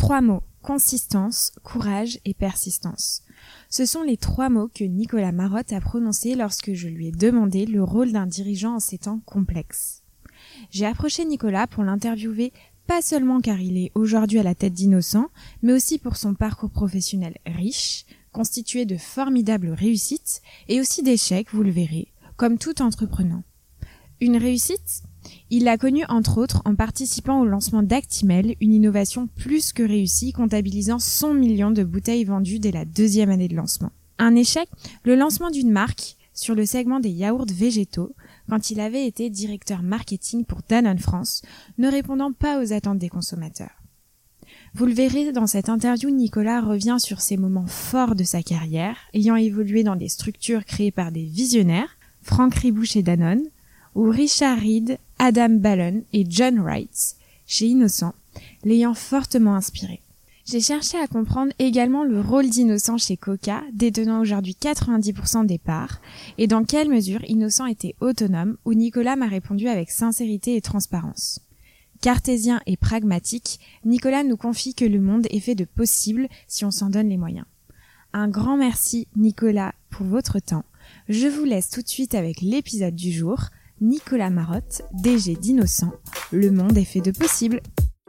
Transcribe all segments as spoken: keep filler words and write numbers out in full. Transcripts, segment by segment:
Trois mots, consistance, courage et persistance. Ce sont les trois mots que Nicolas Marotte a prononcés lorsque je lui ai demandé le rôle d'un dirigeant en ces temps complexes. J'ai approché Nicolas pour l'interviewer pas seulement car il est aujourd'hui à la tête d'Innocent, mais aussi pour son parcours professionnel riche, constitué de formidables réussites et aussi d'échecs, vous le verrez, comme tout entrepreneur. Une réussite ? Il l'a connue entre autres en participant au lancement d'Actimel, une innovation plus que réussie comptabilisant cent millions de bouteilles vendues dès la deuxième année de lancement. Un échec ? Le lancement d'une marque sur le segment des yaourts végétaux, quand il avait été directeur marketing pour Danone France, ne répondant pas aux attentes des consommateurs. Vous le verrez dans cette interview, Nicolas revient sur ces moments forts de sa carrière, ayant évolué dans des structures créées par des visionnaires, Franck Ribou chez Danone, ou Richard Reed, Adam Ballon et John Wright, chez Innocent, l'ayant fortement inspiré. J'ai cherché à comprendre également le rôle d'Innocent chez Coca, détenant aujourd'hui quatre-vingt-dix pour cent des parts, et dans quelle mesure Innocent était autonome, où Nicolas m'a répondu avec sincérité et transparence. Cartésien et pragmatique, Nicolas nous confie que le monde est fait de possibles si on s'en donne les moyens. Un grand merci, Nicolas, pour votre temps. Je vous laisse tout de suite avec l'épisode du jour. Nicolas Marotte, D G d'Innocent. Le monde est fait de possibles.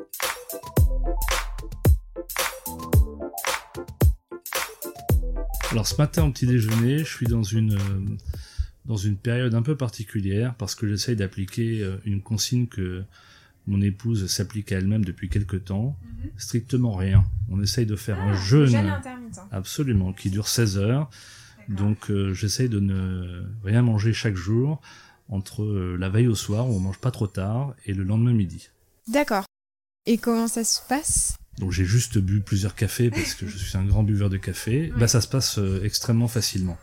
Alors ce matin au petit déjeuner, je suis dans une euh, dans une période un peu particulière parce que j'essaye d'appliquer euh, une consigne que mon épouse s'applique à elle-même depuis quelque temps. Mm-hmm. Strictement rien. On essaye de faire ah, un jeûne, jeûne intermittent. Absolument, qui dure seize heures. D'accord. Donc euh, j'essaye de ne rien manger chaque jour entre euh, la veille au soir où on mange pas trop tard et le lendemain midi. D'accord. Et comment ça se passe ? Donc j'ai juste bu plusieurs cafés parce que je suis un grand buveur de café. Ouais. Bah ça se passe euh, extrêmement facilement.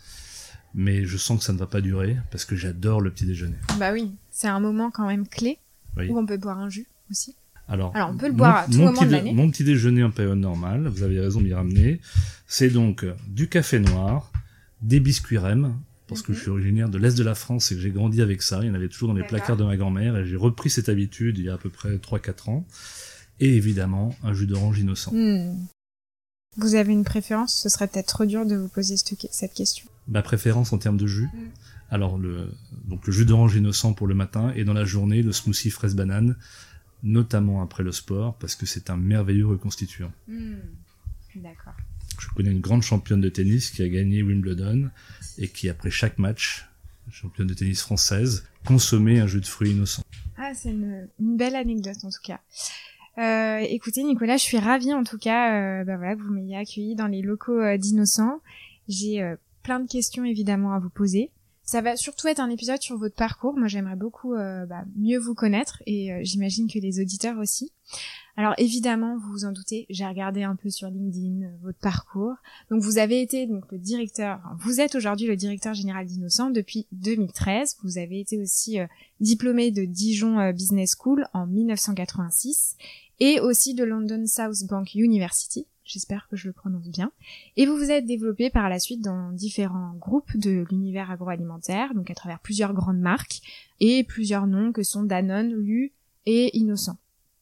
Mais je sens que ça ne va pas durer parce que j'adore le petit déjeuner. Bah oui, c'est un moment quand même clé oui. où on peut boire un jus aussi. Alors, Alors on peut le boire à tout moment de l'année. Mon petit déjeuner en période normale, vous avez raison de m'y ramener, c'est donc du café noir, des biscuits Rem, parce mm-hmm. que je suis originaire de l'Est de la France et que j'ai grandi avec ça. Il y en avait toujours dans les D'accord. placards de ma grand-mère et j'ai repris cette habitude il y a à peu près trois quatre ans. Et évidemment, un jus d'orange Innocent. Mmh. Vous avez une préférence ? Ce serait peut-être trop dur de vous poser cette question. Ma préférence en termes de jus ? mmh. Alors, le, donc le jus d'orange Innocent pour le matin et dans la journée, le smoothie fraise-banane, notamment après le sport, parce que c'est un merveilleux reconstituant. Mmh. D'accord. Je connais une grande championne de tennis qui a gagné Wimbledon et qui, après chaque match, championne de tennis française, consommait un jus de fruits Innocent. Ah, c'est une, une belle anecdote en tout cas. Euh, écoutez Nicolas, je suis ravie en tout cas euh, bah voilà, que vous m'ayez accueilli dans les locaux euh, d'Innocent. J'ai euh, plein de questions évidemment à vous poser. Ça va surtout être un épisode sur votre parcours. Moi j'aimerais beaucoup euh, bah, mieux vous connaître et euh, j'imagine que les auditeurs aussi. Alors évidemment, vous vous en doutez, j'ai regardé un peu sur LinkedIn euh, votre parcours. Donc vous avez été donc le directeur, enfin, vous êtes aujourd'hui le directeur général d'Innocent depuis deux mille treize. Vous avez été aussi euh, diplômé de Dijon euh, Business School en dix-neuf cent quatre-vingt-six et aussi de London South Bank University. J'espère que je le prononce bien. Et vous vous êtes développé par la suite dans différents groupes de l'univers agroalimentaire, donc à travers plusieurs grandes marques et plusieurs noms que sont Danone, Lu et Innocent.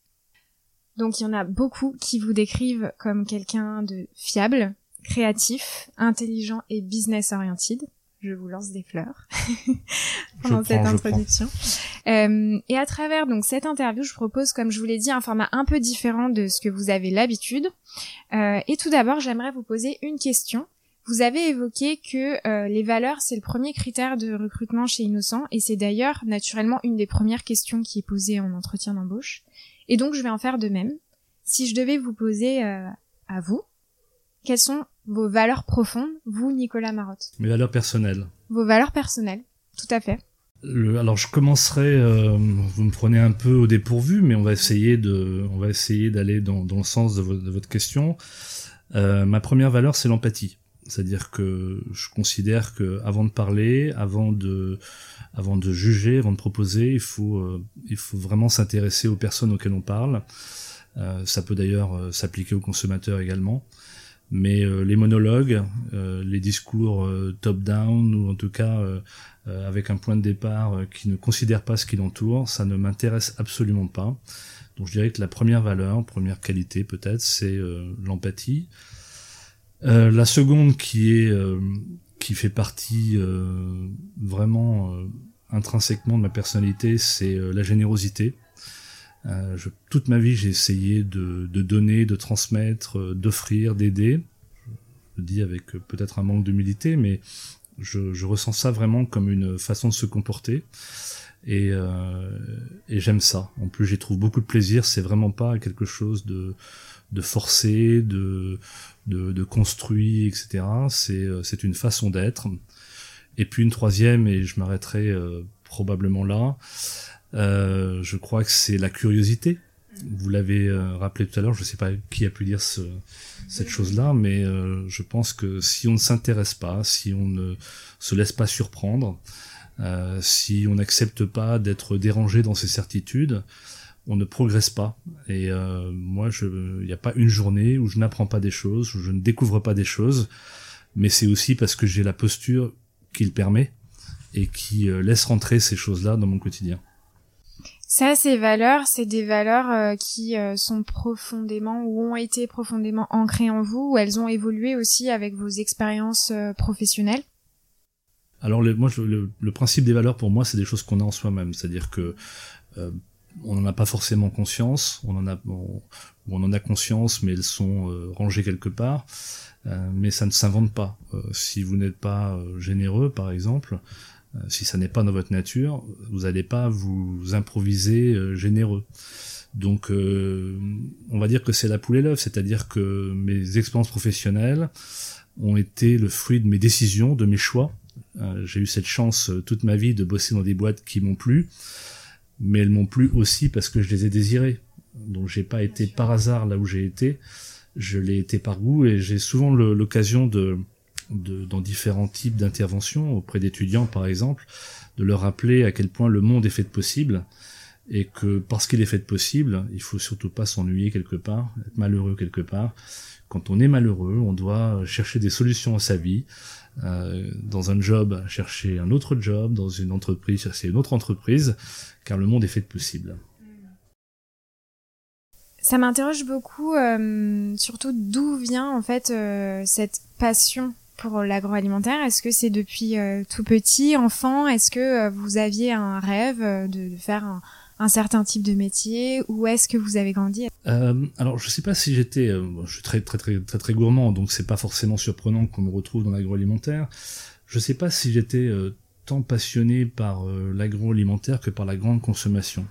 Donc il y en a beaucoup qui vous décrivent comme quelqu'un de fiable, créatif, intelligent et business-oriented. Je vous lance des fleurs pendant je cette prends, introduction. Euh, et à travers donc cette interview, je propose, comme je vous l'ai dit, un format un peu différent de ce que vous avez l'habitude. Euh, et tout d'abord, j'aimerais vous poser une question. Vous avez évoqué que euh, les valeurs, c'est le premier critère de recrutement chez Innocent, et c'est d'ailleurs naturellement une des premières questions qui est posée en entretien d'embauche. Et donc, je vais en faire de même. Si je devais vous poser euh, à vous, quelles sont vos valeurs profondes, vous, Nicolas Marotte ? Mes valeurs personnelles. Vos valeurs personnelles, tout à fait. Le, alors, je commencerai. Euh, vous me prenez un peu au dépourvu, mais on va essayer de, on va essayer d'aller dans, dans le sens de, vo- de votre question. Euh, ma première valeur, c'est l'empathie. C'est-à-dire que je considère que avant de parler, avant de, avant de juger, avant de proposer, il faut, euh, il faut vraiment s'intéresser aux personnes auxquelles on parle. Euh, ça peut d'ailleurs euh, s'appliquer aux consommateurs également. Mais euh, les monologues, euh, les discours euh, top-down, ou en tout cas euh, euh, avec un point de départ euh, qui ne considère pas ce qui l'entoure, ça ne m'intéresse absolument pas. Donc je dirais que la première valeur, première qualité peut-être, c'est euh, l'empathie. Euh, la seconde qui est euh, qui fait partie euh, vraiment euh, intrinsèquement de ma personnalité, c'est euh, la générosité. Euh, je, toute ma vie, j'ai essayé de, de donner, de transmettre, euh, d'offrir, d'aider. Je le dis avec euh, peut-être un manque d'humilité, mais je, je ressens ça vraiment comme une façon de se comporter. Et, euh, et j'aime ça. En plus, j'y trouve beaucoup de plaisir. C'est vraiment pas quelque chose de, de forcé, de, de, de construit, et cetera. C'est, c'est une façon d'être. Et puis une troisième, et je m'arrêterai euh, probablement là. Euh, je crois que c'est la curiosité. Vous l'avez euh, rappelé tout à l'heure, je ne sais pas qui a pu dire ce, cette chose-là, mais euh, je pense que si on ne s'intéresse pas, si on ne se laisse pas surprendre, euh, si on n'accepte pas d'être dérangé dans ses certitudes, on ne progresse pas. Et euh, moi, il n'y a pas une journée où je n'apprends pas des choses, où je ne découvre pas des choses, mais c'est aussi parce que j'ai la posture qui le permet et qui euh, laisse rentrer ces choses-là dans mon quotidien. Ça, ces valeurs, c'est des valeurs euh, qui euh, sont profondément ou ont été profondément ancrées en vous, ou elles ont évolué aussi avec vos expériences euh, professionnelles? Alors, le, moi, je, le, le principe des valeurs, pour moi, c'est des choses qu'on a en soi-même. C'est-à-dire que euh, on n'en a pas forcément conscience, on en a, on, on en a conscience, mais elles sont euh, rangées quelque part. Euh, mais ça ne s'invente pas. Euh, si vous n'êtes pas euh, généreux, par exemple, si ça n'est pas dans votre nature, vous n'allez pas vous improviser euh, généreux. Donc, euh, on va dire que c'est la poule et l'œuf, c'est-à-dire que mes expériences professionnelles ont été le fruit de mes décisions, de mes choix. Euh, j'ai eu cette chance euh, toute ma vie de bosser dans des boîtes qui m'ont plu, mais elles m'ont plu aussi parce que je les ai désirées. Donc, j'ai pas été par hasard là où j'ai été, je l'ai été par goût, et j'ai souvent le, l'occasion de De, dans différents types d'interventions, auprès d'étudiants par exemple, de leur rappeler à quel point le monde est fait de possible, et que parce qu'il est fait de possible, il faut surtout pas s'ennuyer quelque part, être malheureux quelque part. Quand on est malheureux, on doit chercher des solutions à sa vie, euh, dans un job, chercher un autre job, dans une entreprise, chercher une autre entreprise, car le monde est fait de possible. Ça m'interroge beaucoup, euh, surtout d'où vient en fait euh, cette passion pour l'agroalimentaire. Est-ce que c'est depuis euh, tout petit, enfant? Est-ce que euh, vous aviez un rêve euh, de, de faire un, un certain type de métier? Ou est-ce que vous avez grandi? euh, Alors, je sais pas si j'étais... Euh, je suis très, très, très, très, très gourmand, donc c'est pas forcément surprenant qu'on me retrouve dans l'agroalimentaire. Je sais pas si j'étais euh, tant passionné par euh, l'agroalimentaire que par la grande consommation.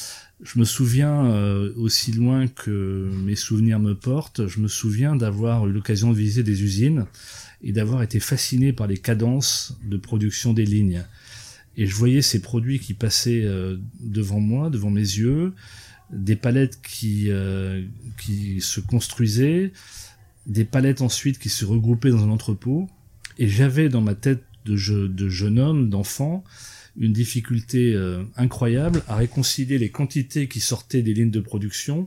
Je me souviens, euh, aussi loin que mes souvenirs me portent, je me souviens d'avoir eu l'occasion de visiter des usines et d'avoir été fasciné par les cadences de production des lignes. Et je voyais ces produits qui passaient euh, devant moi, devant mes yeux, des palettes qui, euh, qui se construisaient, des palettes ensuite qui se regroupaient dans un entrepôt, et j'avais dans ma tête de, je, de jeune homme, d'enfant, une difficulté euh, incroyable à réconcilier les quantités qui sortaient des lignes de production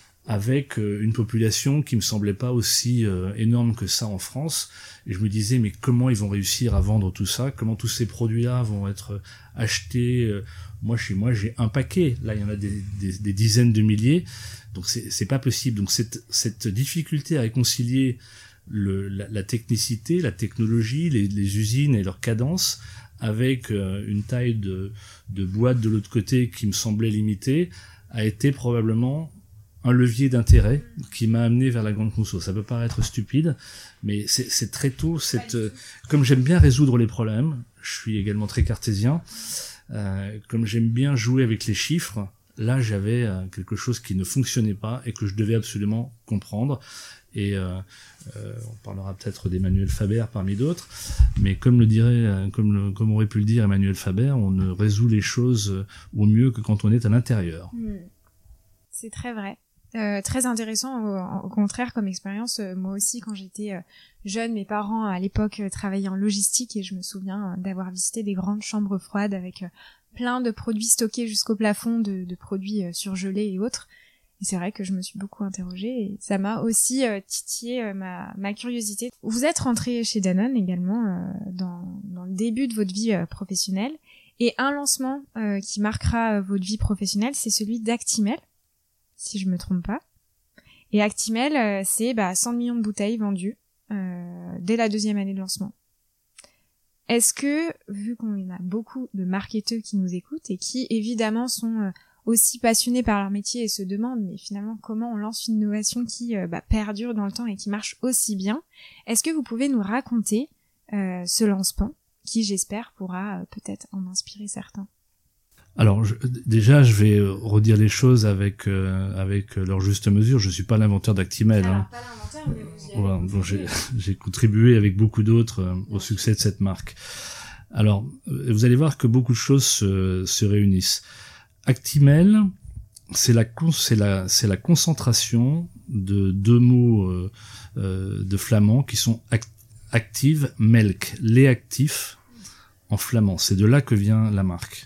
avec euh, une population qui me semblait pas aussi euh, énorme que ça en France. Et je me disais, mais comment ils vont réussir à vendre tout ça? Comment tous ces produits-là vont être achetés? euh, Moi, chez moi, j'ai un paquet. Là, il y en a des, des, des dizaines de milliers. Donc, c'est, c'est pas possible. Donc, cette, cette difficulté à réconcilier le, la, la technicité, la technologie, les, les usines et leur cadence, avec euh, une taille de, de boîte de l'autre côté qui me semblait limitée, a été probablement un levier d'intérêt qui m'a amené vers la grande conso. Ça peut paraître stupide, mais c'est, c'est très tôt, cette, euh, comme j'aime bien résoudre les problèmes, je suis également très cartésien, euh, comme j'aime bien jouer avec les chiffres, là j'avais euh, quelque chose qui ne fonctionnait pas et que je devais absolument comprendre. Et euh, euh, on parlera peut-être d'Emmanuel Faber parmi d'autres, mais comme le dirait, comme, le, comme aurait pu le dire Emmanuel Faber, on ne résout les choses au mieux que quand on est à l'intérieur. Mmh. C'est très vrai. Euh, très intéressant, au, au contraire, comme expérience. Euh, moi aussi, quand j'étais euh, jeune, mes parents, à l'époque, euh, travaillaient en logistique, et je me souviens euh, d'avoir visité des grandes chambres froides avec euh, plein de produits stockés jusqu'au plafond, de, de produits euh, surgelés et autres. Et c'est vrai que je me suis beaucoup interrogée et ça m'a aussi euh, titillé euh, ma, ma curiosité. Vous êtes rentré chez Danone également euh, dans, dans le début de votre vie euh, professionnelle. Et un lancement euh, qui marquera euh, votre vie professionnelle, c'est celui d'Actimel, si je me trompe pas. Et Actimel, euh, c'est bah, cent millions de bouteilles vendues euh, dès la deuxième année de lancement. Est-ce que, vu qu'on a beaucoup de marketeurs qui nous écoutent et qui évidemment sont euh, aussi passionnés par leur métier et se demandent mais finalement comment on lance une innovation qui euh, bah, perdure dans le temps et qui marche aussi bien, est-ce que vous pouvez nous raconter euh, ce lancement qui, j'espère, pourra euh, peut-être en inspirer certains? Alors je, déjà, je vais redire les choses avec euh, avec leur juste mesure. Je suis pas l'inventeur d'Actimel. Alors, hein. pas l'inventeur, mais vous y avez Voilà, donc j'ai, j'ai contribué avec beaucoup d'autres euh, au succès de cette marque. Alors, euh, vous allez voir que beaucoup de choses se, se réunissent. Actimel, c'est la c'est la c'est la concentration de deux mots euh, euh, de flamand qui sont act, active, melk, lait actif en flamand. C'est de là que vient la marque.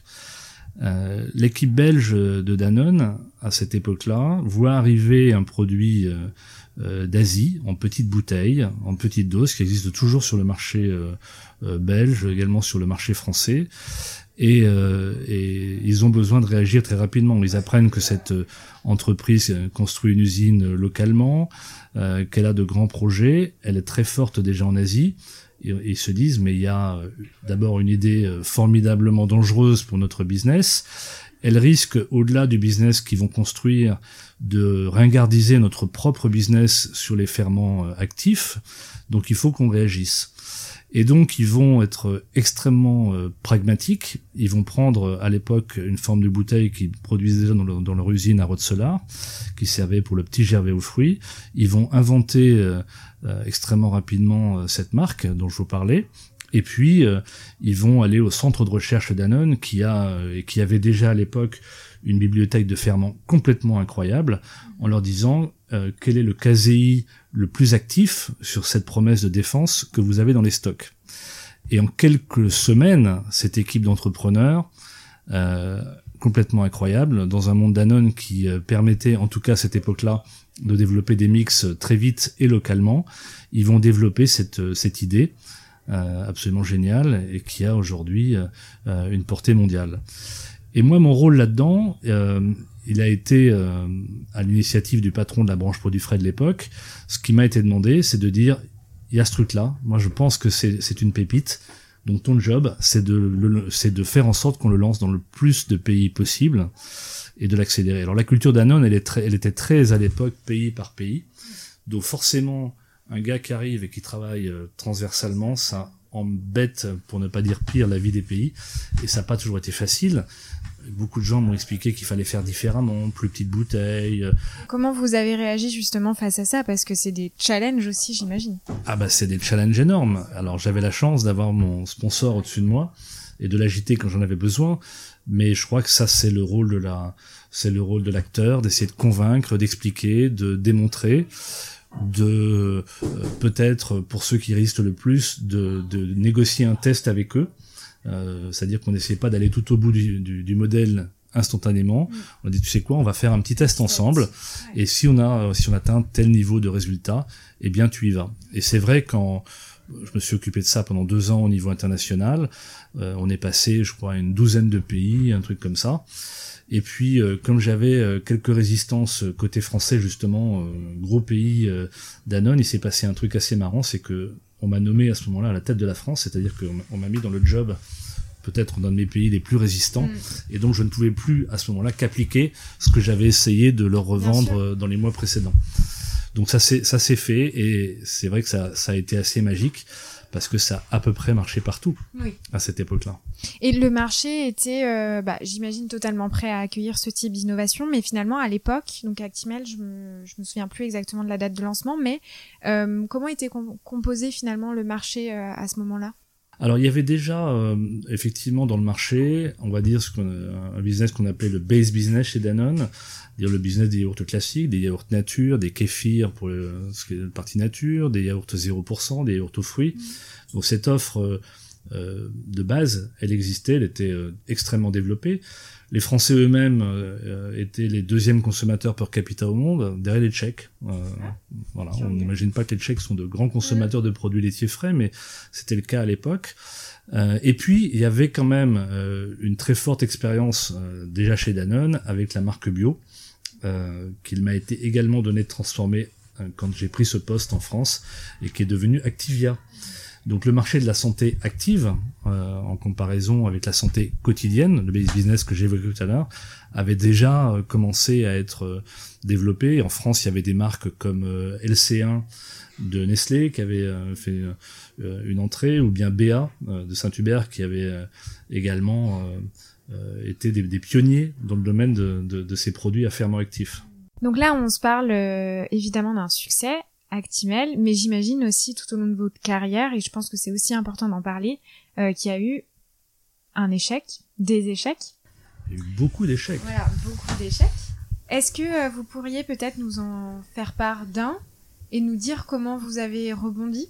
Euh, l'équipe belge de Danone, à cette époque-là, voit arriver un produit euh, euh, d'Asie, en petite bouteille, en petite dose, qui existe toujours sur le marché euh, euh, belge, également sur le marché français, et, euh, et ils ont besoin de réagir très rapidement. Ils apprennent que cette euh, entreprise construit une usine localement, euh, qu'elle a de grands projets, elle est très forte déjà en Asie, et ils se disent mais il y a d'abord une idée formidablement dangereuse pour notre business. Elle risque, au-delà du business qu'ils vont construire, de ringardiser notre propre business sur les ferments actifs. Donc il faut qu'on réagisse. Et donc ils vont être extrêmement euh, pragmatiques. Ils vont prendre à l'époque une forme de bouteille qu'ils produisaient déjà dans, le, dans leur usine à Rotselar, qui servait pour le petit Gervais aux fruits. Ils vont inventer euh, euh, extrêmement rapidement euh, cette marque dont je vous parlais. Et puis euh, ils vont aller au centre de recherche Danone, qui a euh, et qui avait déjà à l'époque une bibliothèque de ferments complètement incroyable, en leur disant euh, quel est le caséi le plus actif sur cette promesse de défense que vous avez dans les stocks. Et en quelques semaines, cette équipe d'entrepreneurs, euh, complètement incroyable, dans un monde Danone qui euh, permettait, en tout cas à cette époque-là, de développer des mix très vite et localement, ils vont développer cette, cette idée euh, absolument géniale et qui a aujourd'hui euh, une portée mondiale. Et moi, mon rôle là-dedans, euh, il a été euh, à l'initiative du patron de la branche produits frais de l'époque. Ce qui m'a été demandé, c'est de dire, il y a ce truc-là. Moi, je pense que c'est, c'est une pépite. Donc, ton job, c'est de, le, c'est de faire en sorte qu'on le lance dans le plus de pays possible et de l'accélérer. Alors, la culture Danone, elle, est très, elle était très à l'époque pays par pays. Donc, forcément, un gars qui arrive et qui travaille euh, transversalement, ça embête, pour ne pas dire pire, la vie des pays. Et ça n'a pas toujours été facile. Beaucoup de gens m'ont expliqué qu'il fallait faire différemment, plus petites bouteilles. Comment vous avez réagi justement face à ça? Parce que c'est des challenges aussi, j'imagine. Ah bah c'est des challenges énormes. Alors j'avais la chance d'avoir mon sponsor au-dessus de moi et de l'agiter quand j'en avais besoin. Mais je crois que ça c'est le rôle de la, c'est le rôle de l'acteur, d'essayer de convaincre, d'expliquer, de démontrer, de euh, peut-être pour ceux qui risquent le plus de, de négocier un test avec eux. Euh, c'est-à-dire qu'on n'essayait pas d'aller tout au bout du, du, du modèle instantanément. Mmh. On a dit, tu sais quoi, on va faire un petit test ensemble, ouais. Et si on a, si on atteint tel niveau de résultat, eh bien, tu y vas. Et c'est vrai, quand je me suis occupé de ça pendant deux ans au niveau international, euh, on est passé, je crois, à une douzaine de pays, un truc comme ça. Et puis, euh, comme j'avais euh, quelques résistances côté français, justement, euh, gros pays euh, Danone, il s'est passé un truc assez marrant, c'est que on m'a nommé à ce moment-là à la tête de la France, c'est-à-dire qu'on m'a mis dans le job peut-être dans de mes pays les plus résistants, mmh. Et donc je ne pouvais plus à ce moment-là qu'appliquer ce que j'avais essayé de leur revendre dans les mois précédents. Donc ça c'est ça s'est fait et c'est vrai que ça ça a été assez magique parce que ça a à peu près marché partout, oui. À cette époque-là. Et le marché était, euh, bah, j'imagine, totalement prêt à accueillir ce type d'innovation, mais finalement, à l'époque, donc Actimel, je me, je me souviens plus exactement de la date de lancement, mais euh, comment était com- composé finalement le marché euh, à ce moment-là? Alors, il y avait déjà, euh, effectivement, dans le marché, on va dire, ce qu'on, un business qu'on appelait le base business chez Danone, dire le business des yaourts classiques, des yaourts nature, des kéfirs pour le, ce qui est la partie nature, des yaourts zéro pour cent, des yaourts aux fruits. Mmh. Donc, cette offre euh, euh, de base, elle existait, elle était euh, extrêmement développée. Les Français eux-mêmes euh, étaient les deuxièmes consommateurs per capita au monde, derrière les Tchèques. Euh, ah, voilà, on n'imagine pas que les Tchèques sont de grands consommateurs de produits laitiers frais, mais c'était le cas à l'époque. Euh, et puis, il y avait quand même euh, une très forte expérience euh, déjà chez Danone avec la marque Bio, euh, qu'il m'a été également donné de transformer euh, quand j'ai pris ce poste en France, et qui est devenu Activia. Donc le marché de la santé active, euh, en comparaison avec la santé quotidienne, le base business que j'évoquais tout à l'heure, avait déjà euh, commencé à être euh, développé. En France, il y avait des marques comme euh, L C un de Nestlé qui avait euh, fait euh, une entrée, ou bien B A euh, de Saint-Hubert qui avait euh, également euh, euh, été des, des pionniers dans le domaine de, de, de ces produits à ferment actif. Donc là, on se parle euh, évidemment d'un succès, Actimel, mais j'imagine aussi tout au long de votre carrière, et je pense que c'est aussi important d'en parler, euh, qu'il y a eu un échec, des échecs. Il y a eu beaucoup d'échecs. Voilà, beaucoup d'échecs. Est-ce que euh, vous pourriez peut-être nous en faire part d'un et nous dire comment vous avez rebondi?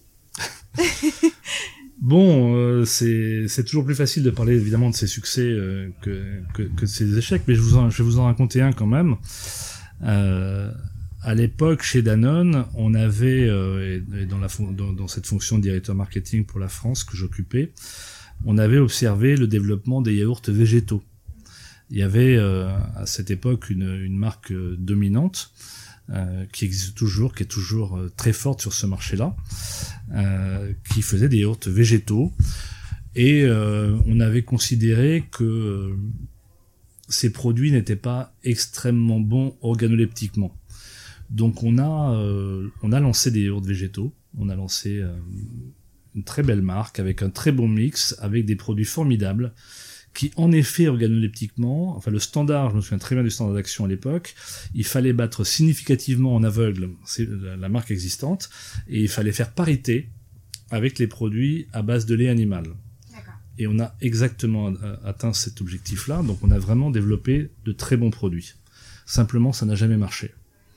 Bon, euh, c'est c'est toujours plus facile de parler évidemment de ses succès euh, que, que que de ses échecs, mais je vous en, je vais vous en raconter un quand même. Euh, À l'époque, chez Danone, on avait, euh, et dans, la fon- dans, dans cette fonction de directeur marketing pour la France que j'occupais, on avait observé le développement des yaourts végétaux. Il y avait euh, à cette époque une, une marque euh, dominante euh, qui existe toujours, qui est toujours euh, très forte sur ce marché-là, euh, qui faisait des yaourts végétaux. Et euh, on avait considéré que euh, ces produits n'étaient pas extrêmement bons organoleptiquement. Donc on a euh, on a lancé des yaourts végétaux, on a lancé euh, une très belle marque avec un très bon mix, avec des produits formidables qui en effet organoleptiquement, enfin le standard, je me souviens très bien du standard d'action à l'époque, il fallait battre significativement en aveugle c'est la, la marque existante, et il fallait faire parité avec les produits à base de lait animal. D'accord. Et on a exactement atteint cet objectif-là, donc on a vraiment développé de très bons produits. Simplement, ça n'a jamais marché.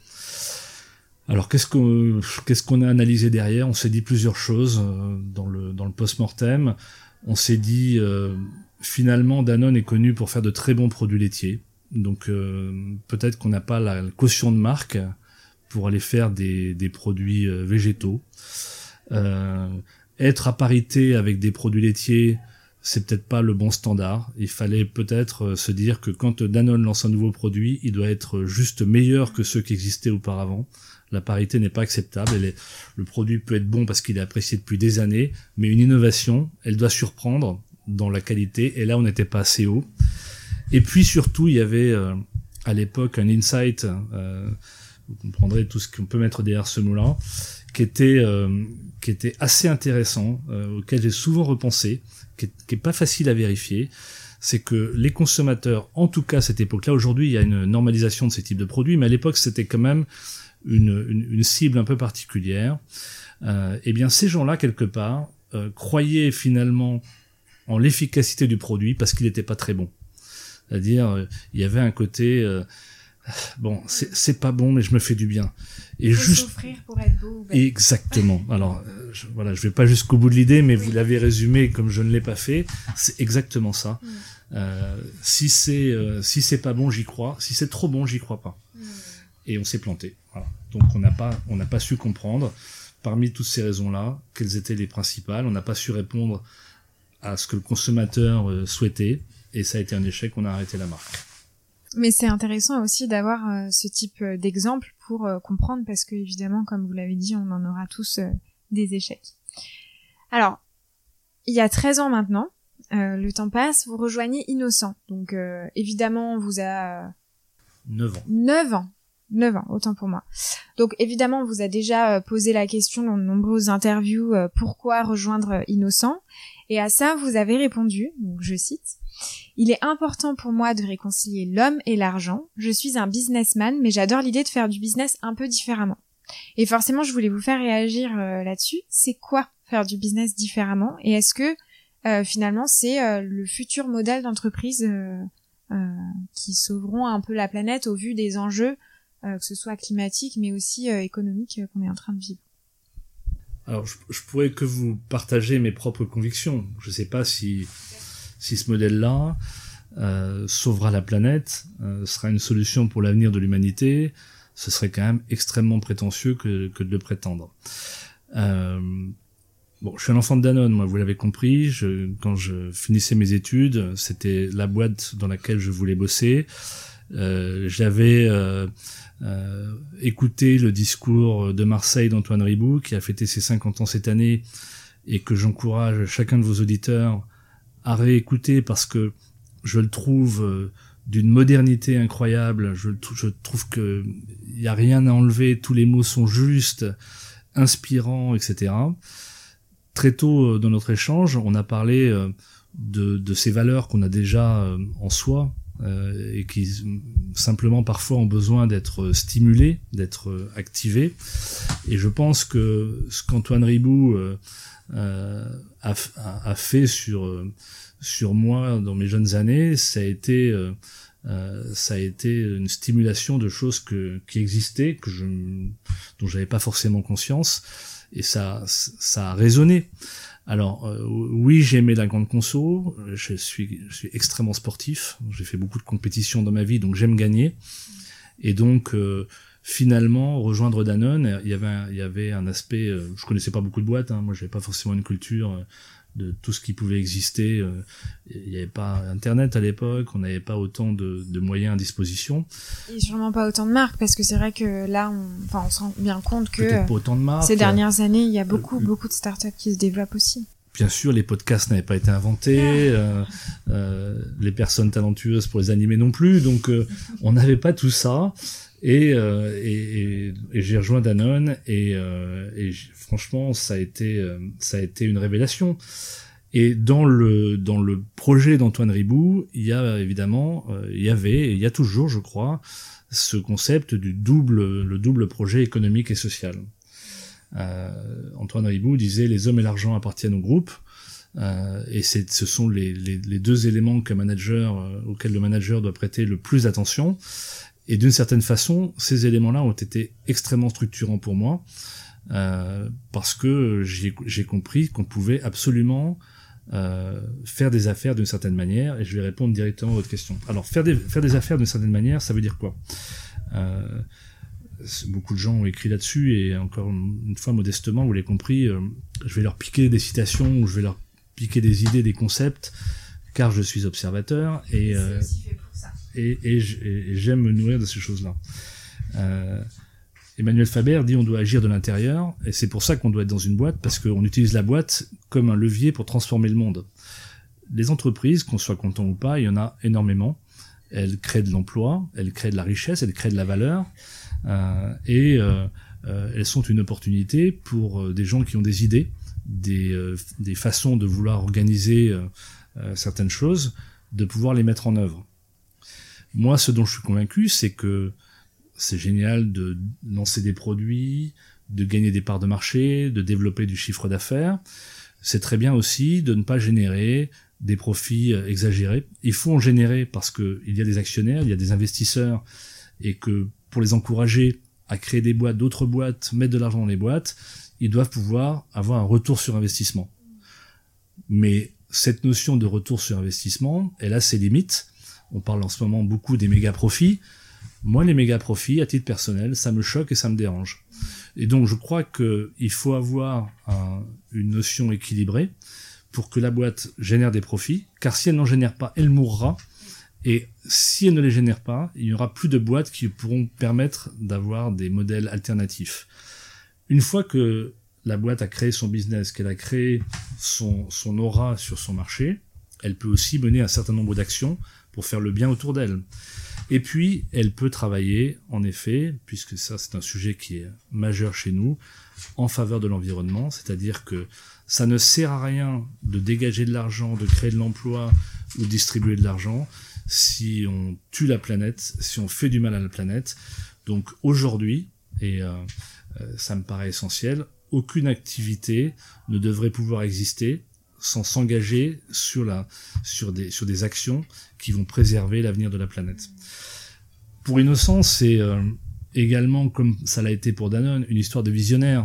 Alors qu'est-ce qu'on qu'est-ce qu'on a analysé derrière? On s'est dit plusieurs choses euh, dans le dans le post-mortem. On s'est dit euh, finalement Danone est connu pour faire de très bons produits laitiers. Donc euh, peut-être qu'on n'a pas la caution de marque pour aller faire des des produits euh, végétaux. Euh, être à parité avec des produits laitiers, c'est peut-être pas le bon standard. Il fallait peut-être se dire que quand Danone lance un nouveau produit, il doit être juste meilleur que ceux qui existaient auparavant. La parité n'est pas acceptable. Elle est, le produit peut être bon parce qu'il est apprécié depuis des années, mais une innovation, elle doit surprendre dans la qualité, et là on n'était pas assez haut. Et puis surtout, il y avait euh, à l'époque un insight, euh, vous comprendrez tout ce qu'on peut mettre derrière ce mot-là, qui était, euh, qui était assez intéressant, euh, auquel j'ai souvent repensé, qui est, qui est pas facile à vérifier. C'est que les consommateurs, en tout cas à cette époque-là, aujourd'hui il y a une normalisation de ces types de produits, mais à l'époque c'était quand même Une, une, une cible un peu particulière, euh, eh bien ces gens-là quelque part euh, croyaient finalement en l'efficacité du produit parce qu'il n'était pas très bon. C'est-à-dire euh, il y avait un côté euh, bon c'est, c'est pas bon mais je me fais du bien. Et faut juste souffrir pour être beau. Ben. Exactement. Alors euh, je, voilà, je vais pas jusqu'au bout de l'idée, mais oui. Vous l'avez résumé comme je ne l'ai pas fait. C'est exactement ça. Mm. Euh, si c'est euh, si c'est pas bon, j'y crois. Si c'est trop bon, j'y crois pas. Mm. Et on s'est planté. Voilà. Donc on n'a pas, on n'a pas su comprendre, parmi toutes ces raisons-là, quelles étaient les principales. On n'a pas su répondre à ce que le consommateur euh, souhaitait, et ça a été un échec. On a arrêté la marque. Mais c'est intéressant aussi d'avoir euh, ce type d'exemple pour euh, comprendre, parce que évidemment, comme vous l'avez dit, on en aura tous euh, des échecs. Alors, il y a treize ans maintenant, euh, le temps passe, vous rejoignez Innocent. Donc euh, évidemment, on vous a... Euh, neuf ans. neuf ans. neuf ans, autant pour moi. Donc évidemment, on vous a déjà euh, posé la question dans de nombreuses interviews, euh, pourquoi rejoindre euh, Innocent? Et à ça, vous avez répondu, donc je cite, « Il est important pour moi de réconcilier l'homme et l'argent. Je suis un businessman, mais j'adore l'idée de faire du business un peu différemment. » Et forcément, je voulais vous faire réagir euh, là-dessus. C'est quoi faire du business différemment? Et est-ce que euh, finalement, c'est euh, le futur modèle d'entreprise euh, euh, qui sauveront un peu la planète au vu des enjeux Euh, que ce soit climatique mais aussi euh, économique euh, qu'on est en train de vivre? alors je, je pourrais que vous partager mes propres convictions. Je sais pas si si ce modèle-là euh, sauvera la planète, euh, sera une solution pour l'avenir de l'humanité. Ce serait quand même extrêmement prétentieux que, que de le prétendre. Euh, bon, je suis un enfant de Danone, moi, vous l'avez compris. Je, quand je finissais mes études, c'était la boîte dans laquelle je voulais bosser. Euh, j'avais euh, euh, écouté le discours de Marseille d'Antoine Riboud, qui a fêté ses cinquante ans cette année, et que j'encourage chacun de vos auditeurs à réécouter parce que je le trouve euh, d'une modernité incroyable. Je, je trouve que il y a rien à enlever, tous les mots sont justes, inspirants, et cetera. Très tôt dans notre échange, on a parlé euh, de, de ces valeurs qu'on a déjà euh, en soi euh, et qui simplement parfois ont besoin d'être stimulées, d'être activées. Et je pense que ce qu'Antoine Riboud euh, euh, a, a, a fait sur euh, sur moi dans mes jeunes années, ça a été euh, euh, ça a été une stimulation de choses que qui existaient, que je dont j'avais pas forcément conscience, et ça ça a résonné. Alors euh, oui, j'ai aimé la grande conso, je suis je suis extrêmement sportif, j'ai fait beaucoup de compétitions dans ma vie, donc j'aime gagner, et donc euh, finalement rejoindre Danone, il y avait un, il y avait un aspect, euh, je connaissais pas beaucoup de boîtes, hein, moi j'avais pas forcément une culture euh, de tout ce qui pouvait exister. Il n'y avait pas Internet à l'époque, on n'avait pas autant de, de moyens à disposition. Et sûrement pas autant de marques, parce que c'est vrai que là, on, enfin, on se rend bien compte que Peut-être pas autant de marques, ces dernières années, il y a beaucoup, euh, beaucoup de startups qui se développent aussi. Bien sûr, les podcasts n'avaient pas été inventés, euh, euh, les personnes talentueuses pour les animer non plus, donc euh, on n'avait pas tout ça. Et, euh, et, et, et j'ai rejoint Danone et, euh, et franchement ça a été euh, ça a été une révélation. Et dans le dans le projet d'Antoine Riboud, il y a évidemment euh, il y avait et il y a toujours, je crois, ce concept du double le double projet économique et social. Euh, Antoine Riboud disait les hommes et l'argent appartiennent au groupe. Euh, et c'est ce sont les les, les deux éléments qu'un manager euh, auxquels le manager doit prêter le plus d'attention. Et d'une certaine façon, ces éléments-là ont été extrêmement structurants pour moi, euh, parce que j'ai, j'ai compris qu'on pouvait absolument euh, faire des affaires d'une certaine manière, et je vais répondre directement à votre question. Alors, faire des, faire des affaires d'une certaine manière, ça veut dire quoi ? euh, Beaucoup de gens ont écrit là-dessus, et encore une fois, modestement, vous l'avez compris, euh, je vais leur piquer des citations, ou je vais leur piquer des idées, des concepts, car je suis observateur, et... Euh, Et, et, et j'aime me nourrir de ces choses-là. Euh, Emmanuel Faber dit on doit agir de l'intérieur, et c'est pour ça qu'on doit être dans une boîte, parce qu'on utilise la boîte comme un levier pour transformer le monde. Les entreprises, qu'on soit content ou pas, il y en a énormément. Elles créent de l'emploi, elles créent de la richesse, elles créent de la valeur, euh, et euh, euh, elles sont une opportunité pour euh, des gens qui ont des idées, des, euh, des façons de vouloir organiser euh, euh, certaines choses, de pouvoir les mettre en œuvre. Moi, ce dont je suis convaincu, c'est que c'est génial de lancer des produits, de gagner des parts de marché, de développer du chiffre d'affaires. C'est très bien aussi de ne pas générer des profits exagérés. Il faut en générer parce que il y a des actionnaires, il y a des investisseurs, et que pour les encourager à créer des boîtes, d'autres boîtes, mettre de l'argent dans les boîtes, ils doivent pouvoir avoir un retour sur investissement. Mais cette notion de retour sur investissement, elle a ses limites. On parle en ce moment beaucoup des méga profits. Moi, les méga profits, à titre personnel, ça me choque et ça me dérange. Et donc, je crois que il faut avoir un, une notion équilibrée pour que la boîte génère des profits, car si elle n'en génère pas, elle mourra. Et si elle ne les génère pas, il n'y aura plus de boîtes qui pourront permettre d'avoir des modèles alternatifs. Une fois que la boîte a créé son business, qu'elle a créé son, son aura sur son marché, elle peut aussi mener un certain nombre d'actions pour faire le bien autour d'elle. Et puis, elle peut travailler, en effet, puisque ça c'est un sujet qui est majeur chez nous, en faveur de l'environnement, c'est-à-dire que ça ne sert à rien de dégager de l'argent, de créer de l'emploi ou de distribuer de l'argent si on tue la planète, si on fait du mal à la planète. Donc aujourd'hui, et euh, ça me paraît essentiel, aucune activité ne devrait pouvoir exister sans s'engager sur la sur des sur des actions qui vont préserver l'avenir de la planète. Pour Innocence, c'est euh, également, comme ça l'a été pour Danone, une histoire de visionnaire.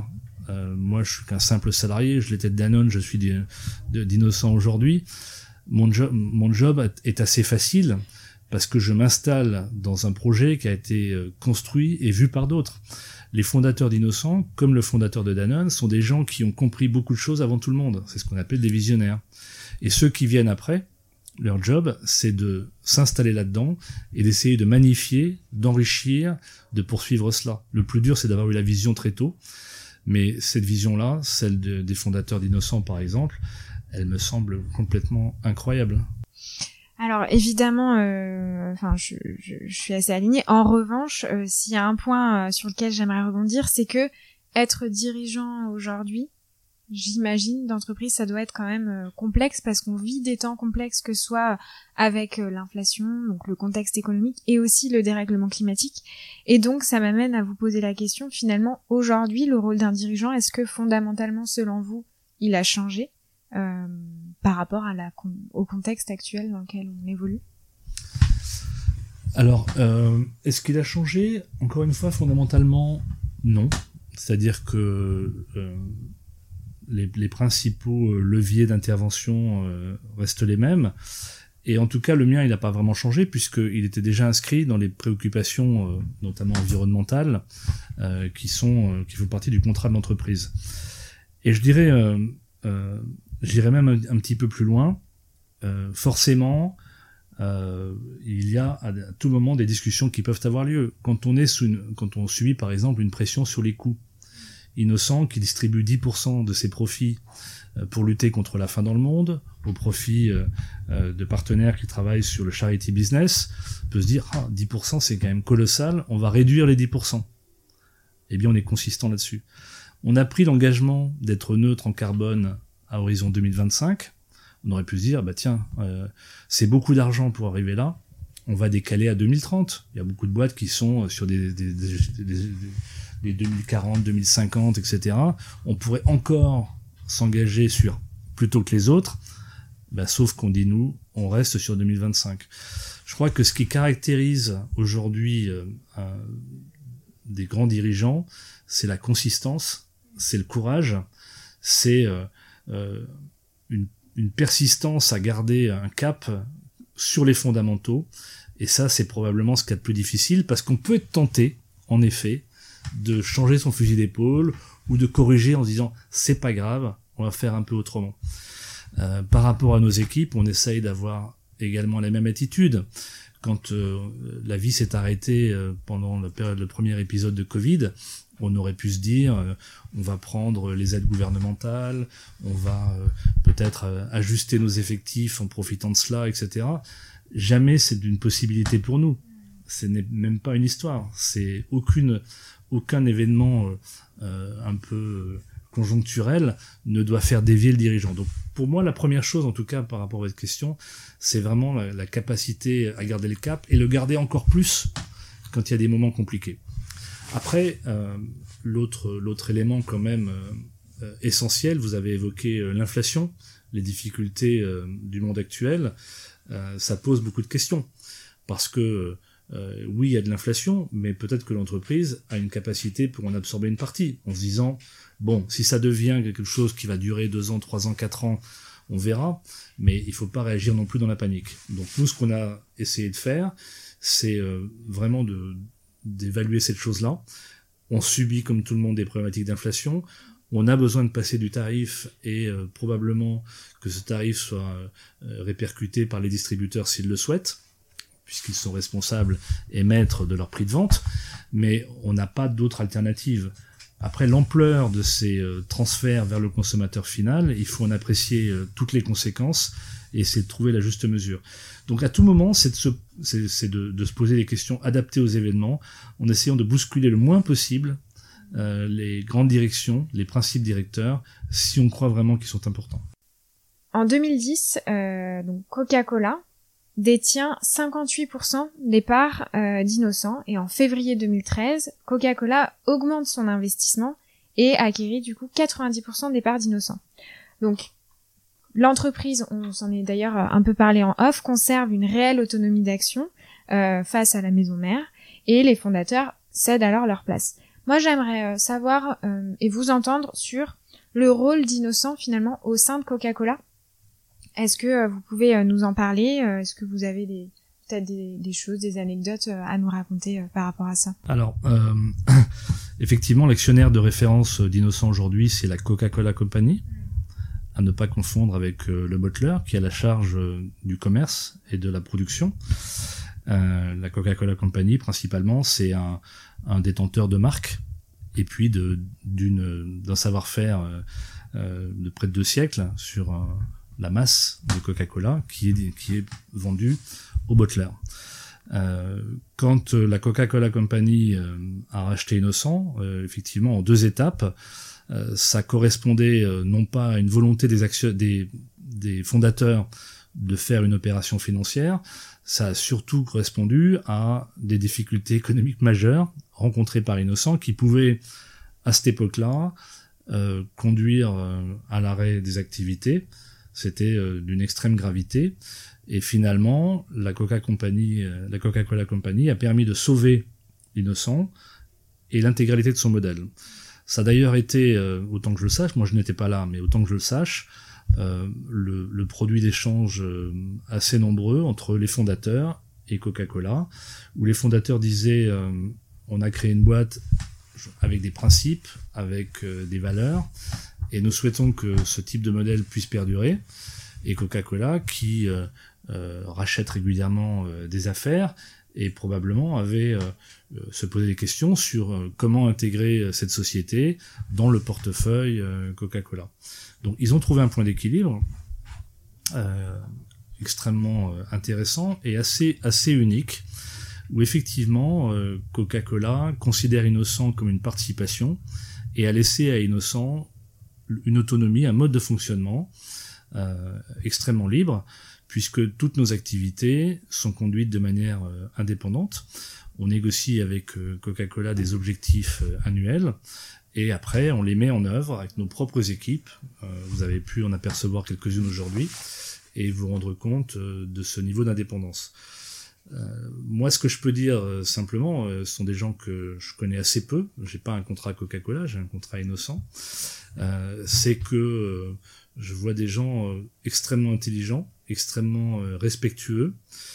Euh, moi, je suis qu'un simple salarié. Je l'étais de Danone, je suis d'Innocent aujourd'hui. Mon job, mon job est assez facile parce que je m'installe dans un projet qui a été construit et vu par d'autres. Les fondateurs d'Innocent, comme le fondateur de Danone, sont des gens qui ont compris beaucoup de choses avant tout le monde. C'est ce qu'on appelle des visionnaires. Et ceux qui viennent après, leur job, c'est de s'installer là-dedans et d'essayer de magnifier, d'enrichir, de poursuivre cela. Le plus dur, c'est d'avoir eu la vision très tôt. Mais cette vision-là, celle de, des fondateurs d'Innocent, par exemple, elle me semble complètement incroyable. Alors évidemment, euh, enfin, je, je, je suis assez alignée. En revanche, euh, s'il y a un point euh, sur lequel j'aimerais rebondir, c'est que être dirigeant aujourd'hui, j'imagine, d'entreprise, ça doit être quand même euh, complexe parce qu'on vit des temps complexes, que ce soit avec euh, l'inflation, donc le contexte économique, et aussi le dérèglement climatique. Et donc, ça m'amène à vous poser la question, finalement, aujourd'hui, le rôle d'un dirigeant, est-ce que fondamentalement, selon vous, il a changé euh, par rapport à la, au contexte actuel dans lequel on évolue ? Alors, euh, est-ce qu'il a changé ? Encore une fois, fondamentalement, non. C'est-à-dire que euh, les, les principaux leviers d'intervention euh, restent les mêmes. Et en tout cas, le mien, il n'a pas vraiment changé, puisqu'il était déjà inscrit dans les préoccupations, euh, notamment environnementales, euh, qui sont, euh, qui font partie du contrat de l'entreprise. Et je dirais, euh, euh, j'irais même un, un petit peu plus loin. Euh, forcément, euh, il y a à, à tout moment des discussions qui peuvent avoir lieu. Quand on est sous une, quand on subit, par exemple, une pression sur les coûts. Innocent, qui distribue dix pour cent de ses profits pour lutter contre la faim dans le monde, au profit euh, de partenaires qui travaillent sur le charity business, peut se dire ah, dix pour cent c'est quand même colossal, on va réduire les dix pour cent. Eh bien on est consistant là-dessus. On a pris l'engagement d'être neutre en carbone à horizon deux mille vingt-cinq, on aurait pu se dire bah tiens, euh, c'est beaucoup d'argent pour arriver là, on va décaler à deux mille trente. Il y a beaucoup de boîtes qui sont sur des, des, des, des, des, des deux mille quarante, deux mille cinquante, et cetera. On pourrait encore s'engager sur plutôt que les autres, bah, sauf qu'on dit nous, on reste sur deux mille vingt-cinq. Je crois que ce qui caractérise aujourd'hui euh, euh, des grands dirigeants, c'est la consistance, c'est le courage, c'est euh, euh, une, une persistance à garder un cap sur les fondamentaux, et ça c'est probablement ce qu'il y a de plus difficile, parce qu'on peut être tenté, en effet, de changer son fusil d'épaule, ou de corriger en se disant c'est pas grave, on va faire un peu autrement. Euh, par rapport à nos équipes, on essaye d'avoir également la même attitude. Quand euh, la vie s'est arrêtée euh, pendant la période, le premier épisode de Covid, on aurait pu se dire euh, on va prendre les aides gouvernementales, on va euh, peut-être euh, ajuster nos effectifs en profitant de cela, et cetera. Jamais c'est une possibilité pour nous. Ce n'est même pas une histoire. C'est aucune, aucun événement euh, euh, un peu euh, conjoncturel ne doit faire dévier le dirigeant. Donc pour moi, la première chose, en tout cas par rapport à votre question, c'est vraiment la, la capacité à garder le cap et le garder encore plus quand il y a des moments compliqués. Après, euh, l'autre, l'autre élément quand même euh, essentiel, vous avez évoqué euh, l'inflation, les difficultés euh, du monde actuel, euh, ça pose beaucoup de questions. Parce que euh, oui, il y a de l'inflation, mais peut-être que l'entreprise a une capacité pour en absorber une partie, en se disant, bon, si ça devient quelque chose qui va durer deux ans, trois ans, quatre ans, on verra, mais il faut pas réagir non plus dans la panique. Donc nous, ce qu'on a essayé de faire, c'est euh, vraiment de, d'évaluer cette chose-là. On subit, comme tout le monde, des problématiques d'inflation. On a besoin de passer du tarif et euh, probablement que ce tarif soit euh, répercuté par les distributeurs s'ils le souhaitent, puisqu'ils sont responsables et maîtres de leur prix de vente, mais on n'a pas d'autre alternative. Après l'ampleur de ces euh, transferts vers le consommateur final, il faut en apprécier euh, toutes les conséquences et essayer de trouver la juste mesure. Donc à tout moment, c'est de se, c'est, c'est de, de se poser des questions adaptées aux événements, en essayant de bousculer le moins possible euh, les grandes directions, les principes directeurs, si on croit vraiment qu'ils sont importants. En deux mille dix, euh, donc Coca-Cola détient cinquante-huit pour cent des parts euh, d'Innocent, et en février deux mille treize, Coca-Cola augmente son investissement et acquérit du coup quatre-vingt-dix pour cent des parts d'Innocent. Donc l'entreprise, on s'en est d'ailleurs un peu parlé en off, conserve une réelle autonomie d'action euh, face à la maison mère, et les fondateurs cèdent alors leur place. Moi, j'aimerais euh, savoir euh, et vous entendre sur le rôle d'Innocent finalement au sein de Coca-Cola. Est-ce que euh, vous pouvez euh, nous en parler? euh, Est-ce que vous avez des peut-être des, des choses, des anecdotes euh, à nous raconter euh, par rapport à ça? Alors, euh, effectivement, l'actionnaire de référence d'Innocent aujourd'hui, c'est la Coca-Cola Company, à ne pas confondre avec euh, le bottler, qui a la charge euh, du commerce et de la production. Euh, la Coca-Cola Company, principalement, c'est un, un détenteur de marque, et puis de, d'une, d'un savoir-faire euh, euh, de près de deux siècles sur euh, la masse de Coca-Cola qui est, qui est vendue au bottler. Euh, quand la Coca-Cola Company euh, a racheté Innocent, euh, effectivement en deux étapes, euh, ça correspondait euh, non pas à une volonté des, action- des, des fondateurs de faire une opération financière, ça a surtout correspondu à des difficultés économiques majeures rencontrées par Innocent qui pouvaient, à cette époque-là, euh, conduire euh, à l'arrêt des activités. C'était euh, d'une extrême gravité. Et finalement, la Coca Company, euh, la Coca-Cola Company a permis de sauver Innocent et l'intégralité de son modèle. Ça a d'ailleurs été, euh, autant que je le sache, moi je n'étais pas là, mais autant que je le sache, euh, le, le produit d'échange euh, assez nombreux entre les fondateurs et Coca-Cola, où les fondateurs disaient euh, on a créé une boîte avec des principes, avec euh, des valeurs, et nous souhaitons que ce type de modèle puisse perdurer. Et Coca-Cola, qui euh, euh, rachète régulièrement euh, des affaires, et probablement avait euh, euh, se posé des questions sur euh, comment intégrer euh, cette société dans le portefeuille euh, Coca-Cola. Donc ils ont trouvé un point d'équilibre euh, extrêmement euh, intéressant et assez assez unique, où effectivement euh, Coca-Cola considère Innocent comme une participation et a laissé à Innocent une autonomie, un mode de fonctionnement euh, extrêmement libre, puisque toutes nos activités sont conduites de manière euh, indépendante. On négocie avec euh, Coca-Cola des objectifs euh, annuels, et après on les met en œuvre avec nos propres équipes. Euh, vous avez pu en apercevoir quelques-unes aujourd'hui, et vous rendre compte euh, de ce niveau d'indépendance. Euh, moi, ce que je peux dire euh, simplement, euh, ce sont des gens que je connais assez peu. J'ai pas un contrat Coca-Cola, j'ai un contrat Innocent. Euh, c'est que euh, je vois des gens euh, extrêmement intelligents, extrêmement euh, respectueux.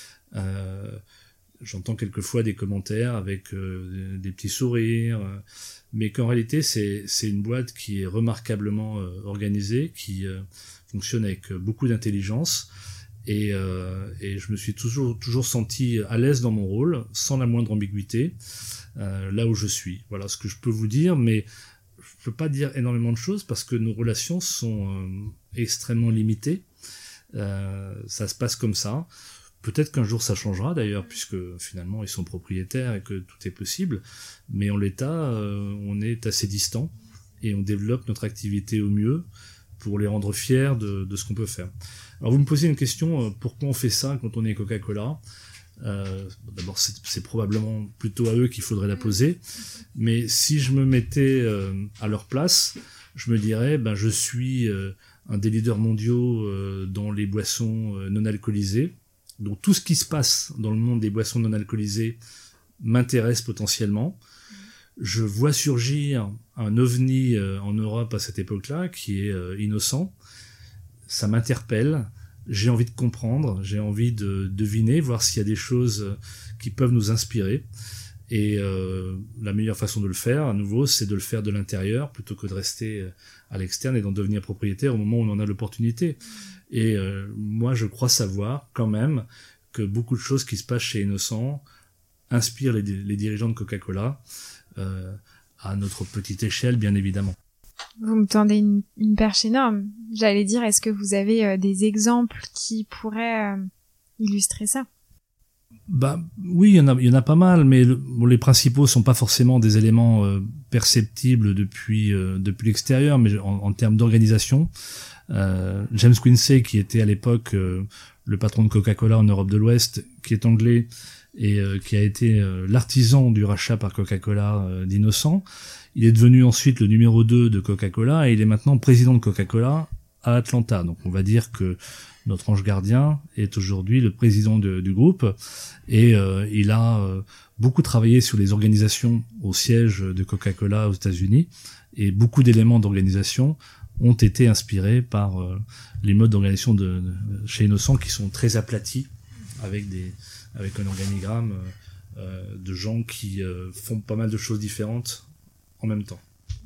Euh, j'entends quelquefois des commentaires avec euh, des petits sourires, euh, mais qu'en réalité c'est c'est une boîte qui est remarquablement euh, organisée, qui euh, fonctionne avec beaucoup d'intelligence. Et, euh, et je me suis toujours toujours senti à l'aise dans mon rôle, sans la moindre ambiguïté, euh, là où je suis. Voilà ce que je peux vous dire, mais je peux pas dire énormément de choses parce que nos relations sont euh, extrêmement limitées. Euh, ça se passe comme ça. Peut-être qu'un jour ça changera d'ailleurs, puisque finalement ils sont propriétaires et que tout est possible. Mais en l'état, euh, on est assez distant et on développe notre activité au mieux pour les rendre fiers de, de ce qu'on peut faire. Alors vous me posez une question, euh, pourquoi on fait ça quand on est Coca-Cola ? Euh, d'abord c'est, c'est probablement plutôt à eux qu'il faudrait la poser, mais si je me mettais euh, à leur place, je me dirais ben je suis euh, un des leaders mondiaux euh, dans les boissons euh, non alcoolisées, donc tout ce qui se passe dans le monde des boissons non alcoolisées m'intéresse potentiellement. Je vois surgir un ovni euh, en Europe à cette époque-là qui est euh, Innocent. Ça m'interpelle, j'ai envie de comprendre, j'ai envie de deviner, voir s'il y a des choses qui peuvent nous inspirer. Et euh, la meilleure façon de le faire, à nouveau, c'est de le faire de l'intérieur plutôt que de rester à l'externe et d'en devenir propriétaire au moment où on en a l'opportunité. Et euh, moi, je crois savoir quand même que beaucoup de choses qui se passent chez Innocent inspirent les, les dirigeants de Coca-Cola, euh, à notre petite échelle, bien évidemment. Vous me tendez une, une perche énorme. J'allais dire, est-ce que vous avez euh, des exemples qui pourraient euh, illustrer ça ? Bah oui, il y en a, il y en a pas mal, mais le, bon, les principaux sont pas forcément des éléments euh, perceptibles depuis euh, depuis l'extérieur, mais en, en termes d'organisation. Euh, James Quincey, qui était à l'époque euh, le patron de Coca-Cola en Europe de l'Ouest, qui est anglais et euh, qui a été euh, l'artisan du rachat par Coca-Cola euh, d'Innocent. Il est devenu ensuite le numéro deux de Coca-Cola et il est maintenant président de Coca-Cola à Atlanta. Donc on va dire que notre ange gardien est aujourd'hui le président de, du groupe et euh, il a euh, beaucoup travaillé sur les organisations au siège de Coca-Cola aux États-Unis et beaucoup d'éléments d'organisation ont été inspirés par euh, les modes d'organisation de, de chez Innocent qui sont très aplatis avec des avec un organigramme euh, euh, de gens qui euh, font pas mal de choses différentes en même temps.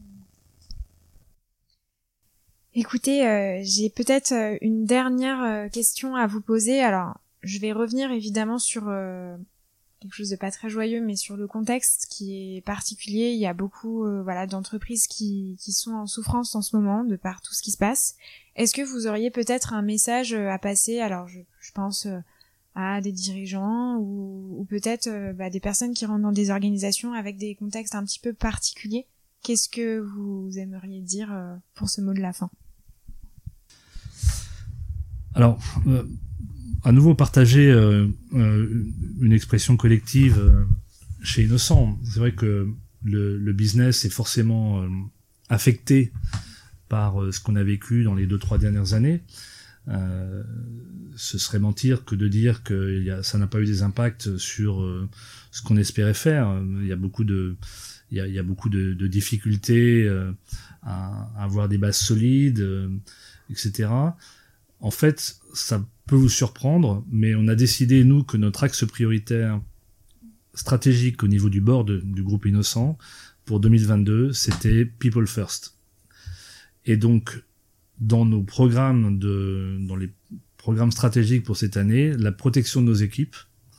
Écoutez, euh, j'ai peut-être euh, une dernière euh, question à vous poser. Alors, je vais revenir évidemment sur euh, quelque chose de pas très joyeux, mais sur le contexte qui est particulier. Il y a beaucoup euh, voilà, d'entreprises qui, qui sont en souffrance en ce moment, de par tout ce qui se passe. Est-ce que vous auriez peut-être un message à passer? Alors, je, je pense euh, à des dirigeants ou, ou peut-être euh, bah, des personnes qui rentrent dans des organisations avec des contextes un petit peu particuliers. Qu'est-ce que vous aimeriez dire euh, pour ce mot de la fin? Alors, euh, à nouveau partager euh, euh, une expression collective euh, chez Innocent. C'est vrai que le, le business est forcément euh, affecté par euh, ce qu'on a vécu dans les deux trois dernières années. Euh, ce serait mentir que de dire que il y a, ça n'a pas eu des impacts sur euh, ce qu'on espérait faire. Il y a beaucoup de il y a, il y a beaucoup de, de difficultés euh, à, à avoir des bases solides, euh, et cetera. En fait, ça peut vous surprendre, mais on a décidé, nous, que notre axe prioritaire stratégique au niveau du board du groupe Innocent pour deux mille vingt-deux, c'était People First. Et donc, dans nos programmes de, dans les programmes stratégiques pour cette année, la protection de nos équipes,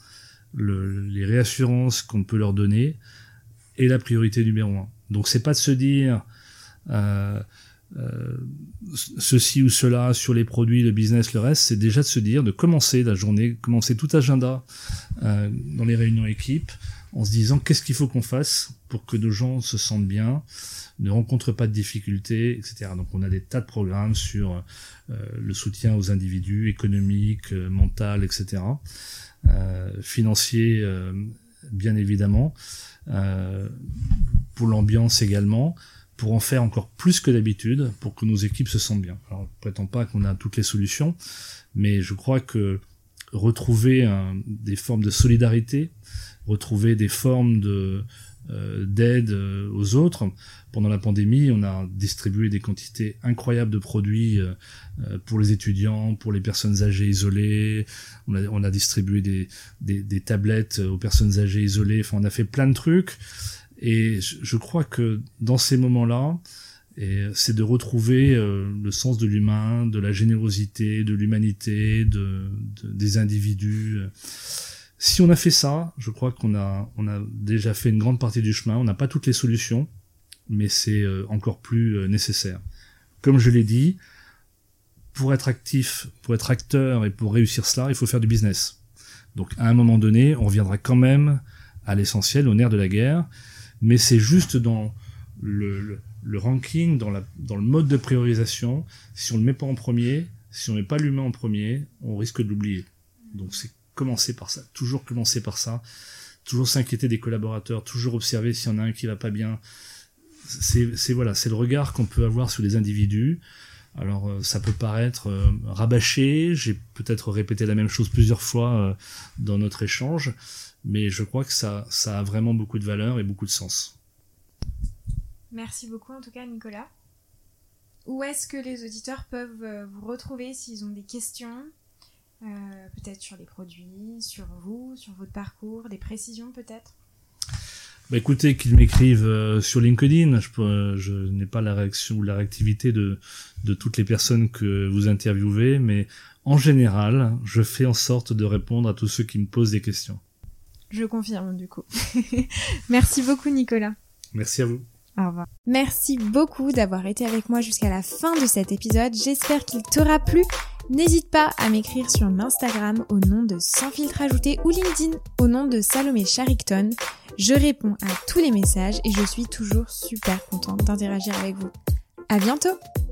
le, les réassurances qu'on peut leur donner, est la priorité numéro un. Donc, c'est pas de se dire, euh, Euh, ceci ou cela sur les produits, le business, le reste, c'est déjà de se dire, de commencer la journée, commencer tout agenda euh, dans les réunions équipes, en se disant qu'est-ce qu'il faut qu'on fasse pour que nos gens se sentent bien, ne rencontrent pas de difficultés, et cetera. Donc on a des tas de programmes sur euh, le soutien aux individus, économique, euh, mental, et cetera. Euh, financier, euh, bien évidemment, euh, pour l'ambiance également, pour en faire encore plus que d'habitude, pour que nos équipes se sentent bien. Alors, je ne prétends pas qu'on a toutes les solutions, mais je crois que retrouver un, des formes de solidarité, retrouver des formes de, euh, d'aide aux autres. Pendant la pandémie, on a distribué des quantités incroyables de produits euh, pour les étudiants, pour les personnes âgées isolées. On a, on a distribué des, des, des tablettes aux personnes âgées isolées. Enfin, on a fait plein de trucs. Et je crois que dans ces moments-là, et c'est de retrouver euh, le sens de l'humain, de la générosité, de l'humanité, de, de, des individus. Si on a fait ça, je crois qu'on a, on a déjà fait une grande partie du chemin. On n'a pas toutes les solutions, mais c'est euh, encore plus euh, nécessaire. Comme je l'ai dit, pour être actif, pour être acteur et pour réussir cela, il faut faire du business. Donc à un moment donné, on reviendra quand même à l'essentiel, au nerf de la guerre. Mais c'est juste dans le, le, le ranking, dans, la, dans le mode de priorisation. Si on le met pas en premier, si on met pas l'humain en premier, on risque de l'oublier. Donc c'est commencer par ça, toujours commencer par ça, toujours s'inquiéter des collaborateurs, toujours observer s'il y en a un qui va pas bien. C'est, c'est voilà, c'est le regard qu'on peut avoir sur les individus. Alors euh, ça peut paraître euh, rabâché, j'ai peut-être répété la même chose plusieurs fois euh, dans notre échange. Mais je crois que ça, ça a vraiment beaucoup de valeur et beaucoup de sens. Merci beaucoup en tout cas Nicolas. Où est-ce que les auditeurs peuvent vous retrouver s'ils ont des questions, euh, peut-être sur les produits, sur vous, sur votre parcours, des précisions peut-être? Bah écoutez, qu'ils m'écrivent euh, sur LinkedIn. Je, peux, je n'ai pas la réaction ou la réactivité de, de toutes les personnes que vous interviewez, mais en général, je fais en sorte de répondre à tous ceux qui me posent des questions. Je confirme du coup. Merci beaucoup Nicolas. Merci à vous. Au revoir. Merci beaucoup d'avoir été avec moi jusqu'à la fin de cet épisode. J'espère qu'il t'aura plu. N'hésite pas à m'écrire sur Instagram au nom de Sans Filtre Ajouté ou LinkedIn au nom de Salomé Charicton. Je réponds à tous les messages et je suis toujours super contente d'interagir avec vous. À bientôt!